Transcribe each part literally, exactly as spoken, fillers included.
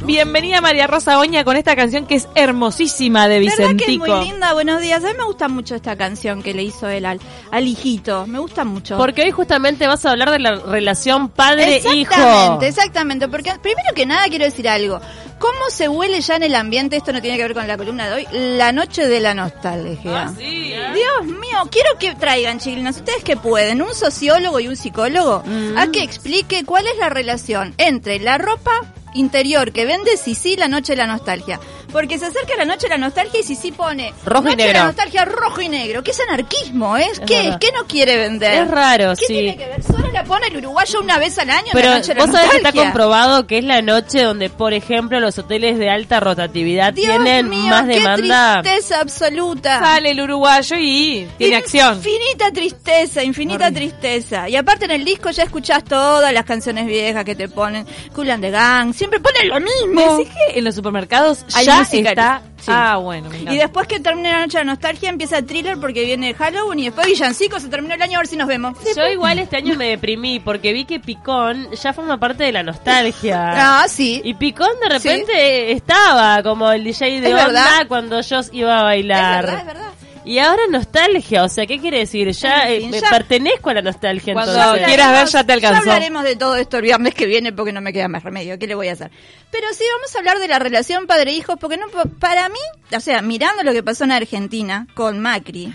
Bienvenida María Rosa Oña con esta canción que es hermosísima de Vicentico. ¿Verdad que es muy linda? Buenos días. A mí me gusta mucho esta canción que le hizo él al, al hijito. Me gusta mucho. Porque hoy justamente vas a hablar de la relación padre-hijo. Exactamente, exactamente. Porque primero que nada quiero decir algo. ¿Cómo se huele ya en el ambiente? Esto no tiene que ver con la columna de hoy. La noche de la nostalgia. Ah, sí, ¿eh? Dios mío, quiero que traigan, chiquilinas, ustedes que pueden, un sociólogo y un psicólogo, mm. a que explique cuál es la relación entre la ropa interior que vende Sisi la noche de la nostalgia. Porque se acerca la noche de la nostalgia y Sisi pone rojo noche y negro. de la nostalgia rojo y negro. ¿Qué es anarquismo? ¿eh? Es ¿Qué, ¿Qué no quiere vender? Es raro, ¿Qué sí. tiene que ver? Solo la pone el uruguayo una vez al año. Pero la noche de la vos sabés que nostalgia. está comprobado que es la noche donde, por ejemplo, los hoteles de alta rotatividad Dios tienen mío, más demanda. Qué tristeza absoluta. Sale el uruguayo y tiene acción. Infinita tristeza, infinita Horrible. tristeza. Y aparte en el disco ya escuchás todas las canciones viejas que te ponen. Cool and the Gang, siempre ponen lo mismo. ¿Decís que en los supermercados Hay ya música? está? Sí. Ah, bueno. Me y después que termina la noche de la nostalgia empieza Thriller porque viene Halloween y después Villancico, se terminó el año, a ver si nos vemos. Yo igual este año me deprimí porque vi que Picón ya forma parte de la nostalgia. Ah, sí. Y Picón de repente sí. estaba como el D J de es onda verdad. cuando yo iba a bailar. Es verdad, es verdad. Y ahora nostalgia, o sea, ¿qué quiere decir? Ya, en fin, eh, ya pertenezco a la nostalgia. Cuando entonces. quieras ver ya te alcanzó. Ya hablaremos de todo esto el viernes que viene porque no me queda más remedio. ¿Qué le voy a hacer? Pero sí, vamos a hablar de la relación padre-hijo porque no, para mí, o sea, mirando lo que pasó en Argentina con Macri,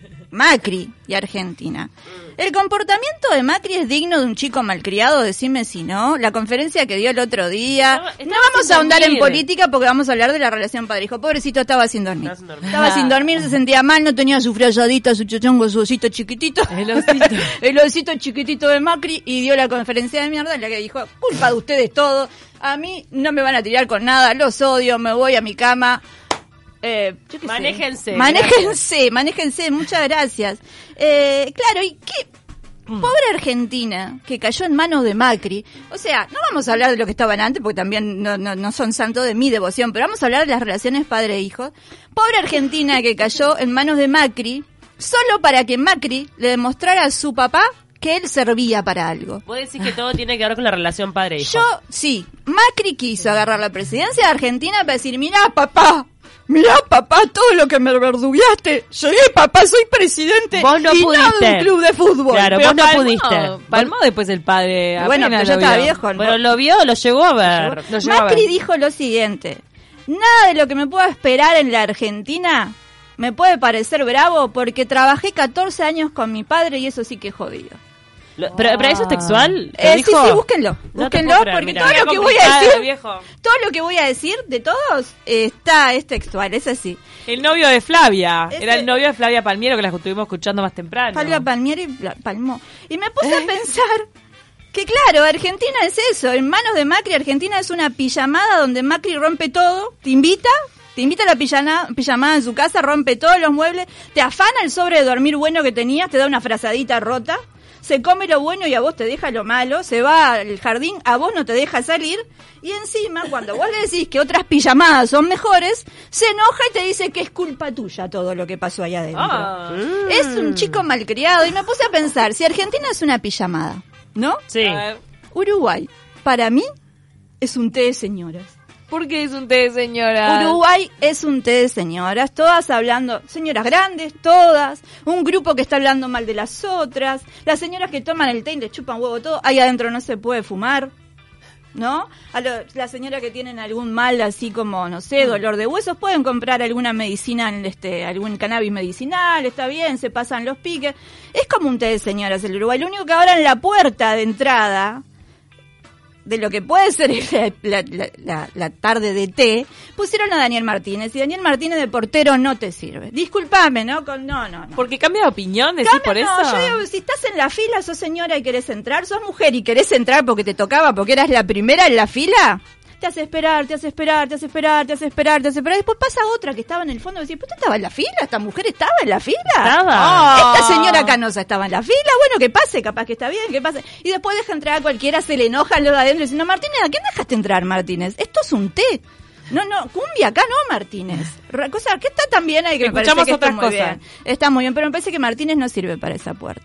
Macri y Argentina. El comportamiento de Macri es digno de un chico malcriado, decime si no. La conferencia que dio el otro día. Estaba, estaba no vamos a ahondar dormir. en política porque vamos a hablar de la relación padre-hijo. Pobrecito, estaba sin dormir. Estaba sin dormir. Estaba sin dormir, se sentía mal, no tenía su fralladita, su chochongo, su osito chiquitito. El osito. El osito chiquitito de Macri y dio la conferencia de mierda en la que dijo, culpa de ustedes todo. A mí no me van a tirar con nada, los odio, me voy a mi cama. Eh, yo qué Manéjense. sé. Manéjense, gracias. manéjense, muchas gracias. Eh, claro, ¿y qué? Mm. Pobre Argentina, que cayó en manos de Macri. O sea, no vamos a hablar de lo que estaban antes, porque también no, no, no son santos de mi devoción, pero vamos a hablar de las relaciones padre-hijo. Pobre Argentina que cayó en manos de Macri, solo para que Macri le demostrara a su papá que él servía para algo. Vos decís que todo tiene que ver con la relación padre-hijo. Yo, sí, Macri quiso agarrar la presidencia de Argentina para decir, mirá papá, mirá papá, todo lo que me verdugueaste. Llegué papá, soy presidente. Vos no y pudiste. no de un club de fútbol. Claro, Pero vos no palmó, pudiste. Palmó después el padre. Bueno, pero ya lo estaba vio. viejo. Pero lo vio, lo llegó a ver. Lo llegó a Macri ver. dijo lo siguiente, nada de lo que me pueda esperar en la Argentina me puede parecer bravo porque trabajé catorce años con mi padre y eso sí que es jodido. Lo- pero, pero eso es textual. ¿Lo Eh, sí, dijo? sí, búsquenlo, No te búsquenlo puedo creer, porque mirá. todo Era lo que voy a complicado, decir, viejo. todo lo que voy a decir de todos eh, está es textual, es así. El novio de Flavia. Ese- Era el novio de Flavia Palmiero que la estuvimos escuchando más temprano. Flavia Palmieri pla- palmó. Y me puse a pensar que claro, Argentina es eso, en manos de Macri, Argentina es una pijamada donde Macri rompe todo, te invita, te invita a la pijana- pijamada en su casa, rompe todos los muebles, te afana el sobre de dormir bueno que tenías, te da una frazadita rota, se come lo bueno y a vos te deja lo malo, se va al jardín, a vos no te deja salir, y encima cuando vos le decís que otras pijamadas son mejores, se enoja y te dice que es culpa tuya todo lo que pasó allá adentro. Ah. Es un chico malcriado y me puse a pensar, si Argentina es una pijamada, ¿no? Sí. A ver, Uruguay, para mí, es un té de señoras. ¿por qué es un té de señora? Uruguay es un té de señoras, todas hablando, señoras grandes, todas, un grupo que está hablando mal de las otras, las señoras que toman el té y le chupan huevo todo, ahí adentro no se puede fumar, ¿no? A lo, las señoras que tienen algún mal así como, no sé, dolor de huesos, pueden comprar alguna medicina, este, algún cannabis medicinal, está bien, se pasan los piques. Es como un té de señoras el Uruguay, lo único que ahora en la puerta de entrada de lo que puede ser la, la, la, la tarde de té, pusieron a Daniel Martínez, y Daniel Martínez de portero no te sirve. Disculpame, ¿no? Con, no, no, no. Porque cambia de opinión, decís Cambia- por eso. No, yo digo, si estás en la fila, sos señora y querés entrar, sos mujer y querés entrar porque te tocaba, porque eras la primera en la fila, te hace esperar, te hace esperar, te hace esperar, te hace esperar, te hace esperar. Después pasa otra que estaba en el fondo y decís, ¿pero usted estaba en la fila? ¿Esta mujer estaba en la fila? Estaba. Ah, esta señora canosa estaba en la fila, bueno, que pase, capaz que está bien, que pase. Y después deja entrar a cualquiera, se le enoja lo de adentro y dice, no, Martínez, ¿a quién dejaste entrar, Martínez? Esto es un té. No, no, cumbia acá no, Martínez. Ra- Cosa que está también ahí que me parece Escuchamos que está otras muy cosas. bien. Está muy bien, pero me parece que Martínez no sirve para esa puerta.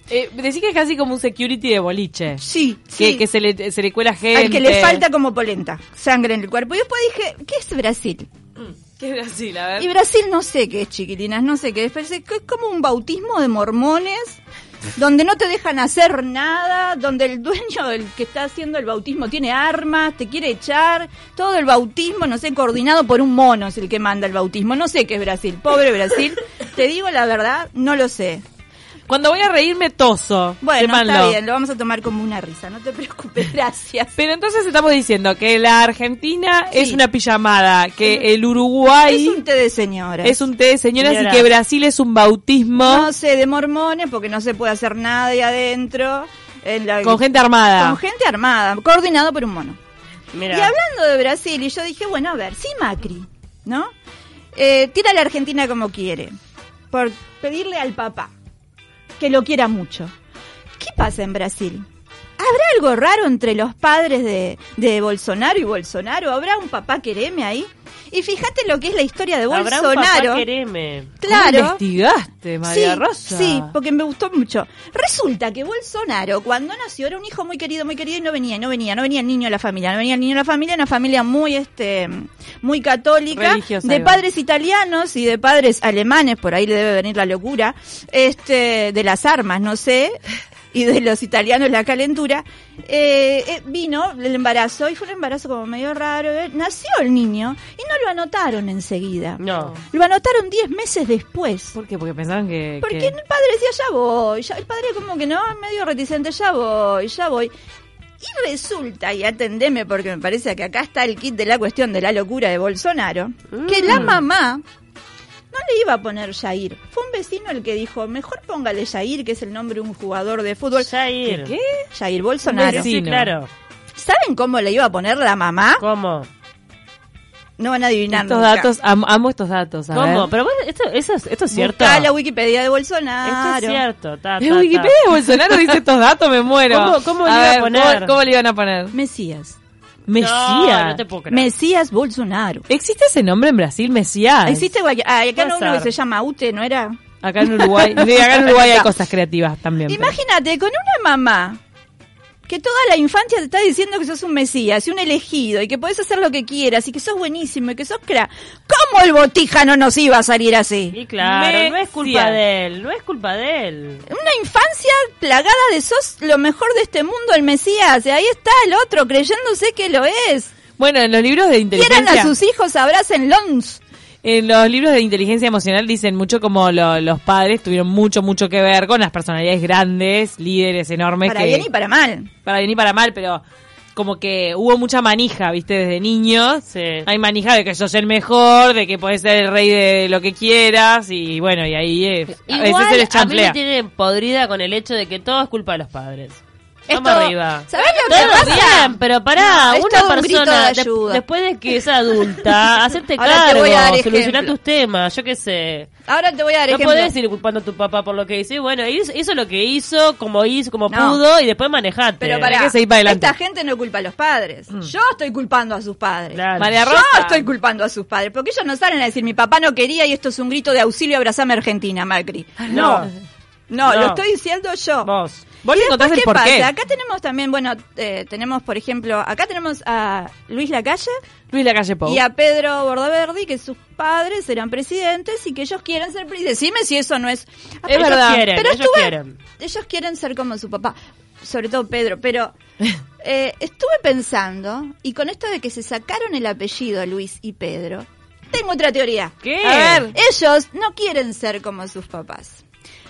Eh, decís que es casi como un security de boliche. Sí, Que, sí. que se, le, se le cuela gente. Al que le falta como polenta, sangre en el cuerpo. Y después dije, ¿qué es Brasil? ¿Qué es Brasil? A ver. Y Brasil no sé qué es, chiquilinas, no sé qué es. Parece que es como un bautismo de mormones, donde no te dejan hacer nada, donde el dueño del que está haciendo el bautismo tiene armas, te quiere echar, todo el bautismo, no sé, coordinado por un mono es el que manda el bautismo. No sé qué es Brasil, pobre Brasil. Te digo la verdad, no lo sé. Cuando voy a reírme toso. Bueno, sépanlo. está bien, lo vamos a tomar como una risa, no te preocupes, gracias. Pero entonces estamos diciendo que la Argentina Sí. es una pijamada, que el Uruguay Es un té de señoras. es un té de señoras Señora. y que Brasil es un bautismo No sé, de mormones, porque no se puede hacer nada de adentro. En la- con gente armada. Con gente armada, coordinado por un mono. Mira. Y hablando de Brasil, y yo dije, bueno, a ver, sí Macri, ¿no? Eh, tira a la Argentina como quiere, por pedirle al papá que lo quiera mucho. ¿Qué pasa en Brasil? ¿Habrá algo raro entre los padres de, de Bolsonaro y Bolsonaro? ¿Habrá un papá quereme ahí? Y fíjate lo que es la historia de Habrá un Bolsonaro. papá quereme. Claro. ¿Cómo investigaste, María sí, Rosa? Sí, porque me gustó mucho. Resulta que Bolsonaro, cuando nació, era un hijo muy querido, muy querido, y no venía, no venía, no venía el niño a la familia, no venía el niño a la familia, una familia muy, este, muy católica, Religiosa, de ahí va. padres italianos y de padres alemanes, por ahí le debe venir la locura, este, de las armas, no sé, y de los italianos la calentura. Eh, eh, vino el embarazo, y fue un embarazo como medio raro, eh, nació el niño, y no lo anotaron enseguida. No. Lo anotaron diez meses después. ¿Por qué? Porque pensaban que... Porque que- el padre decía, ya voy, ya, el padre como que no, medio reticente, ya voy, ya voy. Y resulta, y atendeme porque me parece que acá está el kit de la cuestión de la locura de Bolsonaro, que la mamá no le iba a poner Jair. Fue un vecino el que dijo, mejor póngale Jair, que es el nombre de un jugador de fútbol. Jair. ¿Qué? Jair Bolsonaro. Sí. Sí, claro. ¿Saben cómo le iba a poner la mamá? ¿Cómo? No van a adivinar Estos nunca. datos, am- amo estos datos. A ¿Cómo? ver. Pero bueno, esto, eso es, esto es cierto. Buscá la Wikipedia de Esto Bolsonaro. es cierto. Ta, ta, En ta. Wikipedia Bolsonaro dice estos datos, me muero. ¿Cómo- cómo le a iba a ver, poner? ¿cómo, cómo le iban a poner? Mesías. Mesías. No, no te puedo creer. Mesías Bolsonaro. ¿Existe ese nombre en Brasil, Mesías? Existe cualquier... Ah, acá no Puede uno que ser. se llama Ute, ¿no era? Acá en Uruguay, sí, acá en Uruguay hay cosas creativas también. pero- Imagínate, con una mamá que toda la infancia te está diciendo que sos un mesías y un elegido y que podés hacer lo que quieras y que sos buenísimo y que sos crack. ¿Cómo el botija no nos iba a salir así? Y claro, no es culpa Mesías. de él, no es culpa de él. Una infancia plagada de sos lo mejor de este mundo, el mesías. Y ahí está el otro creyéndose que lo es. Bueno, en los libros de Quieran inteligencia... a sus hijos, abrácenlos. En los libros de inteligencia emocional dicen mucho como lo- los padres tuvieron mucho, mucho que ver con las personalidades grandes, líderes enormes. Para que, bien y para mal. para bien y para mal, pero como que hubo mucha manija, viste, desde niños. Sí. Hay manija de que sos el mejor, de que podés ser el rey de lo que quieras, y bueno, y ahí es, a veces Igual, se les a mí champlea. me tienen podrida con el hecho de que todo es culpa de los padres. Es Vamos todo- arriba. ¿Sabés lo que Todo pasa? bien, pero pará, No, es una todo un grito persona, de de- ayuda. después de que es adulta, hacerte Ahora te cargo, voy a dar solucionar ejemplo. tus temas, yo qué sé. Ahora te voy a dar No ejemplo. podés ir culpando a tu papá por lo que hizo. Y bueno, hizo, hizo lo que hizo, como hizo, como No. pudo, y después manejate. Pero Hay para que seguir para adelante. esta gente no culpa a los padres. Yo estoy culpando a sus padres. Claro. María Yo Rosa. estoy culpando a sus padres, porque ellos no salen a decir mi papá no quería y esto es un grito de auxilio, abrazame Argentina, Macri. No, no, No. lo estoy diciendo yo. Vos. Vos ¿Y le después contás el qué por pasa? qué. Acá tenemos también, bueno, eh, tenemos por ejemplo, acá tenemos a Luis Lacalle Luis Lacalle Pou. y a Pedro Bordaberry, que sus padres eran presidentes y que ellos quieren ser presidentes. Decime si eso no es... Es Ellos verdad. quieren, Pero ellos estuve- quieren. ellos quieren ser como su papá, sobre todo Pedro, pero eh, estuve pensando, y con esto de que se sacaron el apellido Luis y Pedro, tengo otra teoría. ¿Qué? A ver, ellos no quieren ser como sus papás.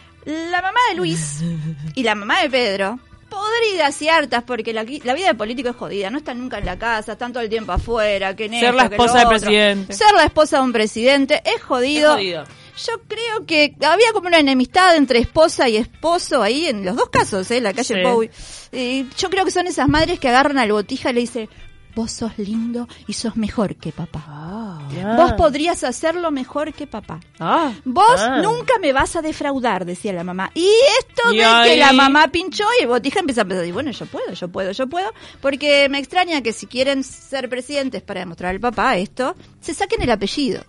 La mamá de Luis y la mamá de Pedro, podridas y hartas, porque la, la vida de político es jodida, no están nunca en la casa, están todo el tiempo afuera, que en Ser esto, la que esposa lo del otro. presidente. Ser la esposa de un presidente es jodido. Es jodido. Yo creo que había como una enemistad entre esposa y esposo ahí en los dos casos, ¿eh? La calle Sí. Pou. Y yo creo que son esas madres que agarran al botija y le dicen, vos sos lindo y sos mejor que papá. Ah. Ah. Vos podrías hacerlo mejor que papá. Ah. Vos Ah. nunca me vas a defraudar, decía la mamá. Y esto Y de ahí- que la mamá pinchó y el botija empieza a pensar, y bueno, yo puedo, yo puedo, yo puedo. Porque me extraña que si quieren ser presidentes para demostrar al papá esto, se saquen el apellido.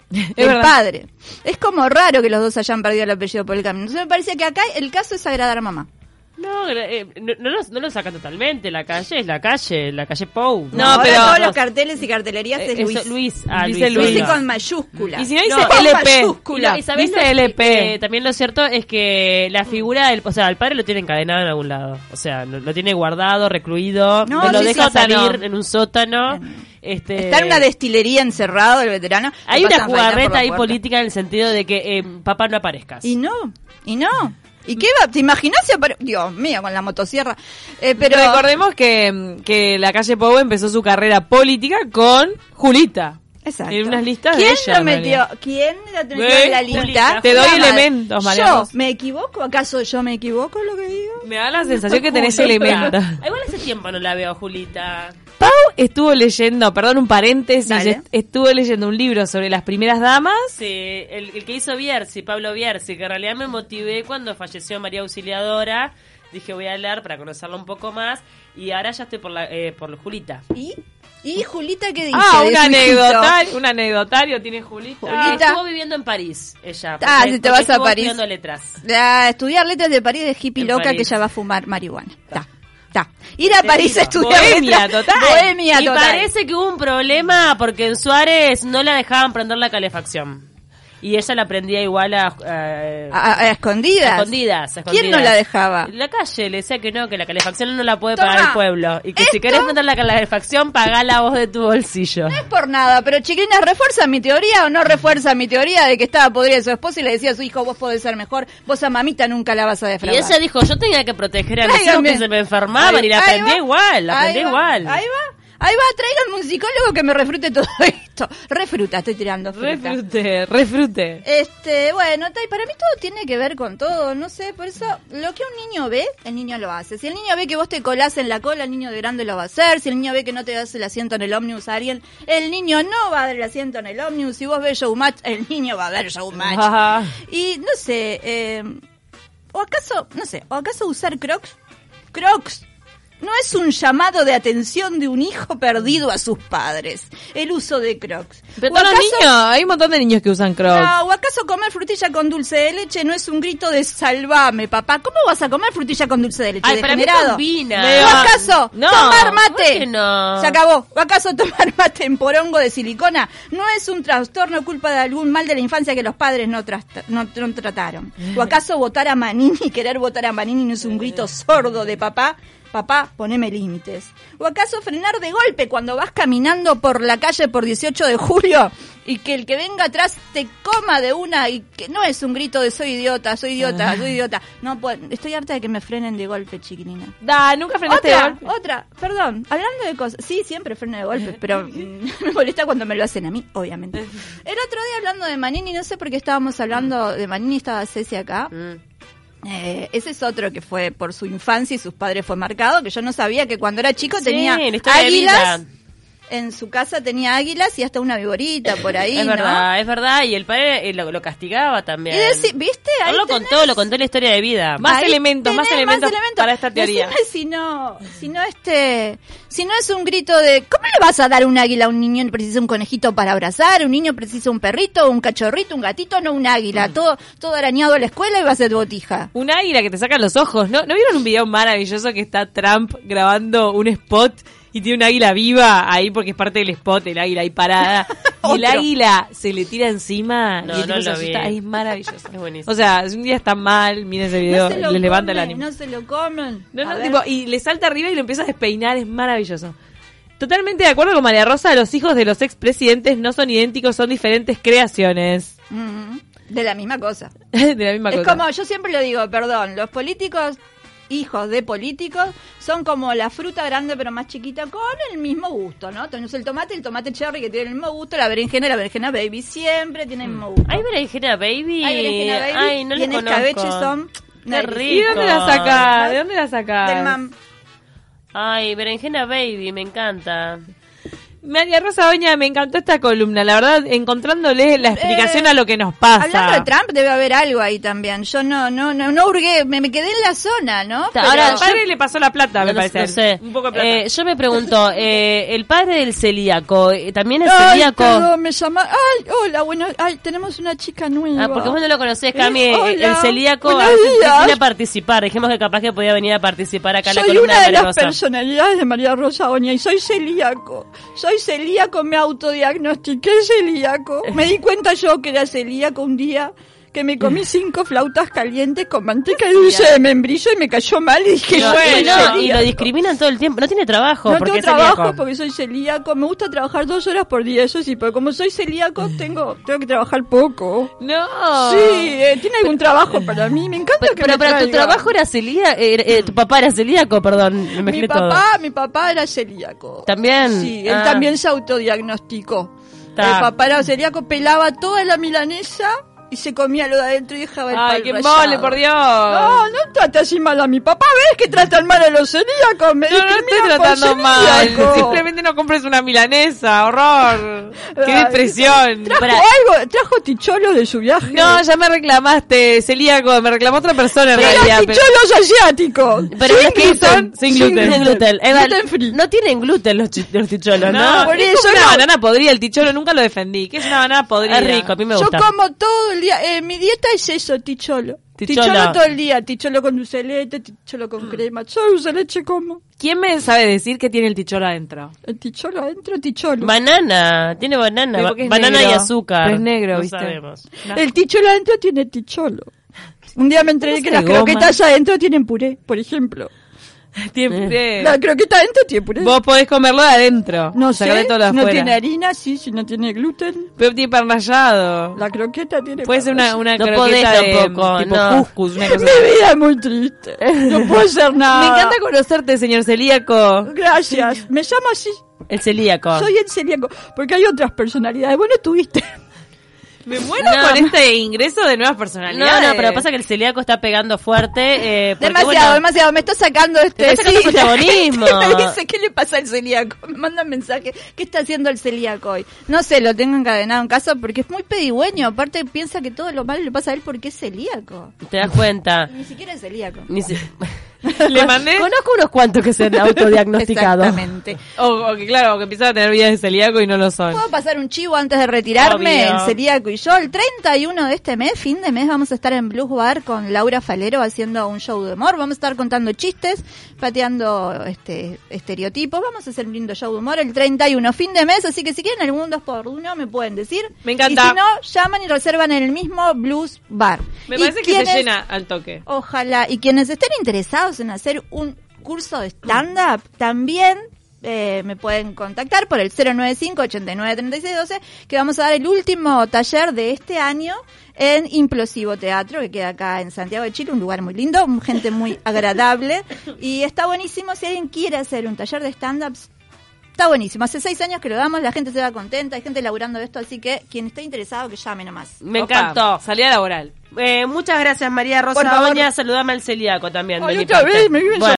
Es el verdad. padre. Es como raro que los dos hayan perdido el apellido por el camino. Entonces me parece que acá el caso es agradar a mamá. No, eh, no, no, lo, no lo sacan totalmente. La calle es la calle, la calle Pou. No, ahora pero- todos no. los carteles y cartelerías Eh, es eso, Luis. Luis. Ah, Dice Luis. Luis. Dice Oiga. con mayúscula. Y si no dice No, con L P. mayúscula. Y sabés Dice lo- L P. eh, también lo cierto es que la figura del, o sea, el padre lo tiene encadenado en algún lado. O sea, lo, lo tiene guardado, recluido, No, no, lo sí, deja sótano. salir en un sótano. Este, Está en una destilería encerrado el veterano. Hay le una pasan faena por jugarreta la ahí puerta. política en el sentido de que eh, papá no aparezcas. Y no, y no. ¿Y qué va? ¿Te imaginas si apare- Dios mío, con la motosierra. Eh, pero Recordemos que, que la calle Pou empezó su carrera política con Julita. Exacto. En unas listas ¿Quién de ella. lo en metió? realidad. ¿Quién la metió ¿Ves? en la lista? Julita. Te doy La madre. elementos, María ¿Yo Rosa. me equivoco? ¿Acaso yo me equivoco en lo que digo? Me da la sensación que tenés Julita. elementos. Ah, igual hace tiempo no la veo, Julita. Pau estuvo leyendo, perdón, un paréntesis, Dale. est- estuvo leyendo un libro sobre las primeras damas. Sí, el, el que hizo Bierzi, Pablo Bierzi, que en realidad me motivé cuando falleció María Auxiliadora. Dije, voy a leer para conocerla un poco más. Y ahora ya estoy por la eh, por Julita. ¿Y? ¿Y Julita qué dice? Ah, de un su hijito? anecdotario, un anecdotario tiene Julita. Ah, Julita. estuvo viviendo en París, ella. Ah, porque- si te porque vas a estuvo París. estudiando letras. La, estudiar letras de París de hippie En loca París. que ya va a fumar marihuana. Está, está. Ir a París a Decidido. estudiar Bohemia letras. total. Bohemia Y total. parece que hubo un problema porque en Suárez no la dejaban prender la calefacción. Y ella la prendía igual a... a- A, a escondidas. a escondidas, a ¿Quién no escondidas. la dejaba? La calle le decía que no, que la calefacción no la puede Toma, pagar el pueblo. Y que si esto- querés prender la calefacción, pagá la voz de tu bolsillo. No es por nada, pero chiquilinas, ¿refuerza mi teoría o no refuerza mi teoría de que estaba podrida de su esposo y le decía a su hijo, vos podés ser mejor, vos a mamita nunca la vas a Y defraudar? ella dijo, yo tenía que proteger a mis hijos Tráiganme. que se me enfermaban y la Ahí aprendí va, igual, la ahí aprendí va, igual. Ahí va, ahí va, tráiganme un psicólogo que me refrute todo esto. Refruta, estoy tirando fruta. Refrute, refrute. Este, bueno, Tai, para mí todo tiene que ver con todo, no sé, por eso lo que un niño ve, el niño lo hace. Si el niño ve que vos te colás en la cola, el niño de grande lo va a hacer. Si el niño ve que no te das el asiento en el ómnibus a alguien, el niño no va a dar el asiento en el ómnibus. Si vos ves Showmatch, el niño va a ver Showmatch. Ajá. Y no sé, eh, o acaso, no sé, o acaso usar Crocs, Crocs. No es un llamado de atención de un hijo perdido a sus padres, el uso de Crocs. Pero ¿O todos los acaso- niños, hay un montón de niños que usan Crocs. no, ¿o acaso comer frutilla con dulce de leche no es un grito de salvame, papá? ¿Cómo vas a comer frutilla con dulce de leche? Ay, para mí degenerado? combina. ¿O acaso No, tomar mate? ¿por qué no? Se acabó. ¿O acaso tomar mate en porongo de silicona no es un trastorno culpa de algún mal de la infancia que los padres no, trasta- no, no trataron? ¿O acaso votar a Manini, querer votar a Manini no es un grito sordo de papá? Papá, poneme límites. ¿O acaso frenar de golpe cuando vas caminando por la calle por dieciocho de julio y que el que venga atrás te coma de una y que no es un grito de soy idiota, soy idiota, soy idiota? No, puedo- estoy harta de que me frenen de golpe, chiquilina. Da, nunca frenaste de Otra, golpe. otra, perdón, hablando de cosas, sí, siempre freno de golpe, pero mm, me molesta cuando me lo hacen a mí, obviamente. El otro día hablando de Manini, no sé por qué estábamos hablando de Manini, estaba Ceci acá. Mm. Eh, ese es otro que fue por su infancia y sus padres fue marcado, que yo no sabía que cuando era chico Sí, tenía la historia de águilas, vida. en su casa tenía águilas y hasta una viborita por ahí, Es ¿no? verdad, es verdad. Y el padre eh, lo, lo castigaba Y también. decir, ¿viste? Ahí Él lo tenés- contó, lo contó en la historia de vida. Más Ahí elementos, más tenés elementos para esta teoría. Decime si no, si no este, si no es un grito de, ¿cómo le vas a dar un águila a un niño? Precisa un conejito para abrazar, un niño precisa un perrito, un cachorrito, un gatito, no un águila, todo, todo arañado a la escuela y va a ser botija. Un águila que te saca los ojos. ¿No, ¿No vieron un video maravilloso que está Trump grabando un spot y tiene un águila viva ahí porque es parte del spot, el águila ahí parada? Y el Otro. águila se le tira encima No, y el tipo no se lo asusta. vi. Es maravilloso. Es buenísimo. O sea, si un día está mal, miren ese video, No se lo les levanta el comen, ánimo. no se lo comen. No, no, A ver. tipo, y le salta arriba y lo empieza a despeinar, es maravilloso. Totalmente de acuerdo con María Rosa, los hijos de los expresidentes no son idénticos, son diferentes creaciones. Mm, de la misma cosa. De la misma Es cosa. como, yo siempre lo digo, perdón, los políticos, hijos de políticos, son como la fruta grande pero más chiquita con el mismo gusto, ¿no? Tenés el tomate, el tomate cherry que tiene el mismo gusto, la berenjena, la berenjena baby siempre tiene el mismo gusto. ¿Hay berenjena baby? Hay berenjena baby Ay, no y le en conozco. escabeche son... Qué Nice. rico. ¿Y de dónde la sacás? ¿De dónde la sacás? Del mam. Ay, berenjena baby, me encanta. María Rosa Oña, me encantó esta columna, la verdad, encontrándole la explicación Eh, a lo que nos pasa. Hablando de Trump, debe haber algo ahí también. Yo no, no, no, no hurgué, me, me quedé en la zona, ¿no? Ta- Pero- ahora, Al padre le pasó la plata, me No, no parece. sé. Un poco de plata. Eh, yo me pregunto, eh, el padre del celíaco, eh, ¿también es Ay, celíaco? perdón, me llama. Ay, hola, bueno, ay, tenemos una chica nueva. Ah, porque vos no lo conocés, Cami. Eh, eh, hola, el celíaco buenos a veces días. viene a participar. Dijimos que capaz que podía venir a participar acá en la Soy columna una de María las Rosa. personalidades de María Rosa Oña y soy celíaco. Soy celíaco, me autodiagnostiqué celíaco. Me di cuenta yo que era celíaco un día que me comí cinco flautas calientes con manteca y dulce de membrillo y me cayó mal y dije, No, yo soy y no, y celíaco. lo discriminan todo el tiempo. No tiene trabajo. No porque tengo es trabajo celíaco. porque soy celíaco. Me gusta trabajar dos horas por día, eso sí, porque como soy celíaco tengo, tengo que trabajar poco. No. Sí, eh, ¿tiene algún trabajo para mí? Me encanta Pero, que pero, me pero tu traiga. trabajo era celíaco. Eh, eh, tu papá era celíaco, perdón. Me Mi mezclé todo. papá, mi papá era celíaco. ¿También? Sí, él Ah. también se autodiagnosticó. Ta. El papá era celíaco, pelaba toda la milanesa y se comía lo de adentro y dejaba el Ay, pan qué rallado. mole, por Dios. No, no trate así mal a mi papá. ¿Ves que tratan mal a los celíacos? Me No, no estoy discriminan por tratando mal. celíaco. Simplemente no compres una milanesa, horror. Qué Ay, depresión. ¿Trajo Para- algo? ¿Trajo ticholo de su viaje? No, ya me reclamaste, celíaco, me reclamó otra persona en Pero realidad. pero- ticholos asiáticos. Pero sin es que gluten. son sin gluten. Sin gluten. Eva, Gluten free. no tienen gluten los, chi- los ticholos, ¿no? No, por es eso como una no. banana podrida, el ticholo nunca lo defendí. ¿Qué es una banana podrida? Es rico, a mí me Yo gusta. como todo el día. Eh, mi dieta es eso, ticholo. Ticholo. Ticholo todo el día. Ticholo con dulce de leche, ticholo con crema. Solo dulce de leche como. ¿Quién me sabe decir qué tiene el ticholo adentro? El ticholo adentro, ticholo. Banana, tiene banana, Pero ba- porque es banana negro. y azúcar. Pero es negro, no ¿viste? sabemos. No. El ticholo adentro tiene ticholo. Un día me enteré ¿Cómo que se las goma? croquetas adentro tienen puré, por ejemplo. Tiene- La croqueta adentro tiene puré. Vos podés comerlo de adentro. No sacarle sé, todo lo de no afuera. tiene harina, sí, si no tiene gluten. Pero tiene pan rallado. La croqueta tiene Puede ser una, una No croqueta podés de tampoco, tipo no. couscous, una cosa Mi vida es muy triste. No puedo hacer nada. Me encanta conocerte, señor celíaco. Gracias. Me llamo así. El celíaco. Soy el celíaco. Porque hay otras personalidades. Bueno, tuviste. Me muero No. con este ingreso de nuevas No, personalidades. no, pero pasa que el celíaco está pegando fuerte. Eh, porque, Demasiado, bueno, demasiado. Me está sacando este. Te está sacando protagonismo. la gente me dice, ¿qué le pasa al celíaco? Me manda un mensaje. ¿Qué está haciendo el celíaco hoy? No sé, lo tengo encadenado en casa porque es muy pedigüeño. Aparte, piensa que todo lo malo le pasa a él porque es celíaco. Te das cuenta. Ni siquiera es celíaco. Ni si- Le mandé. Conozco unos cuantos que se han autodiagnosticado. Exactamente. O, o que claro, o que empiezan a tener vidas de celíaco y no lo son. ¿Puedo pasar un chivo antes de retirarme? Obvio. El celíaco y yo. El treinta y uno de este mes, fin de mes, vamos a estar en Blues Bar con Laura Falero haciendo un show de humor. Vamos a estar contando chistes, pateando este estereotipos. Vamos a hacer un lindo show de humor el treinta y uno, fin de mes. Así que si quieren algún dos por uno me pueden decir. Me encanta. Y si no, llaman y reservan en el mismo Blues Bar. Me Y parece que quienes- se llena al toque. Ojalá. Y quienes estén interesados en hacer un curso de stand-up, también eh, me pueden contactar por el cero nueve cinco, ochenta y nueve, treinta y seis doce, que vamos a dar el último taller de este año en Implosivo Teatro, que queda acá en Santiago de Chile, un lugar muy lindo, gente muy agradable. Y está buenísimo si alguien quiere hacer un taller de stand-up. Está buenísimo. Hace seis años que lo damos, la gente se va contenta, hay gente laburando de esto, así que quien esté interesado que llame nomás. Me Opa, encantó. Salida laboral. Eh, muchas gracias, María Por Rosa favor. Oña. Saludame al celíaco también. Ay, de mi otra parte. vez, me viven Bueno.